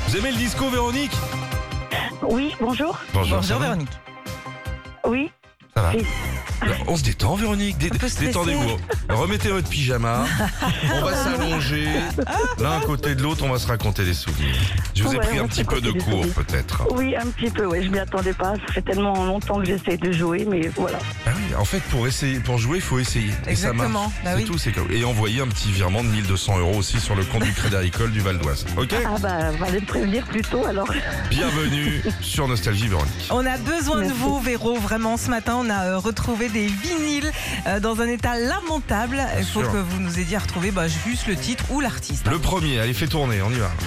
Vous aimez le disco, Véronique? Oui, bonjour. Bonjour, ça va Véronique. Oui. Ça va. Oui. On se détend, Véronique. Détendez-vous. Remettez votre pyjama. On va s'allonger. L'un à côté de l'autre, on va se raconter des souvenirs. Je vous ai Ouais, pris on un va petit se peu de raconter des cours, souvenirs. peut-être. Oui, un petit peu, ouais, je m'y attendais pas. Ça fait tellement longtemps que j'essaie de jouer, mais voilà. Ah oui, en fait, pour jouer, il faut essayer. Et ça marche. Exactement, bah c'est oui. tout. Et envoyer un petit virement de 1 200 € aussi sur le compte du Crédit Agricole du Val d'Oise. Ok? Ah bah, fallait me prévenir plus tôt alors. Bienvenue sur Nostalgie, Véronique. On a besoin de Merci. vous, Véro. Vraiment, ce matin, on a retrouvé des vinyles dans un état lamentable. Il faut sûr. que vous nous aidiez à retrouver juste le titre ou l'artiste. Le premier, allez, fais tourner, on y va.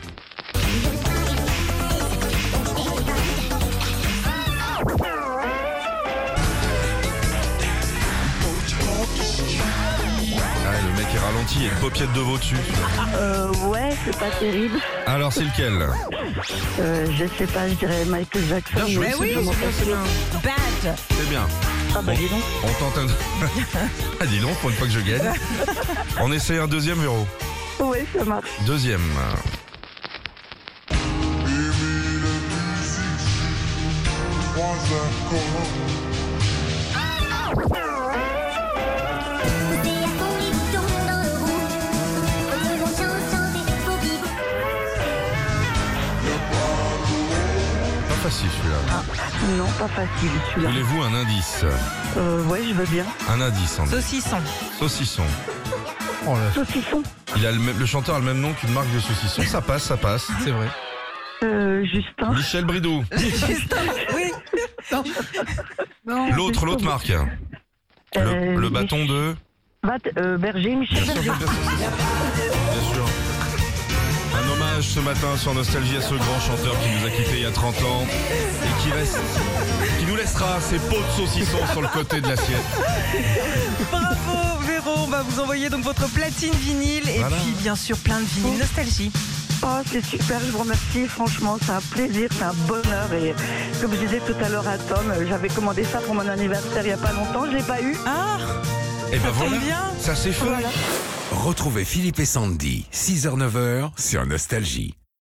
Ah, le mec est ralenti, il y a une paupiette de veau dessus. Ouais, c'est pas terrible. Alors, c'est lequel? Je sais pas, je dirais Michael Jackson. Bien joué, mais c'est oui, bien, comment c'est bien, ça c'est bien. Bad. C'est bien. Ah bah dis donc. On tente un... Ah, dis donc, pour une fois que je gagne. On essaie un deuxième, Véro. Ouais, ça marche. Deuxième. Pas facile, celui-là. Non, pas facile celui-là. Voulez-vous un indice? Ouais, je veux bien. Un indice, en Saucisson. saucisson. Oh là. Saucisson. Le chanteur a le même nom qu'une marque de saucisson. Ça passe, ça passe. C'est vrai. Justin. Michel Bridou. Juste oui. L'autre marque. Le bâton de... Berger, Michel Berger. Bien sûr. Un hommage ce matin sur Nostalgie à ce grand chanteur qui nous a quittés il y a 30 ans et qui nous laissera ses pots de saucisson sur le côté de l'assiette. Bravo, Véro. On va vous envoyer donc votre platine vinyle et Voilà. puis bien sûr plein de vinyles Nostalgie. Oh, c'est super, je vous remercie. Franchement, c'est un plaisir, c'est un bonheur. Et comme je disais tout à l'heure à Tom, j'avais commandé ça pour mon anniversaire il n'y a pas longtemps. Je l'ai pas eu. Ah, Et ben tombe voilà, bien. ça c'est fait. Voilà. Retrouvez Philippe et Sandy, 6h-9h sur Nostalgie.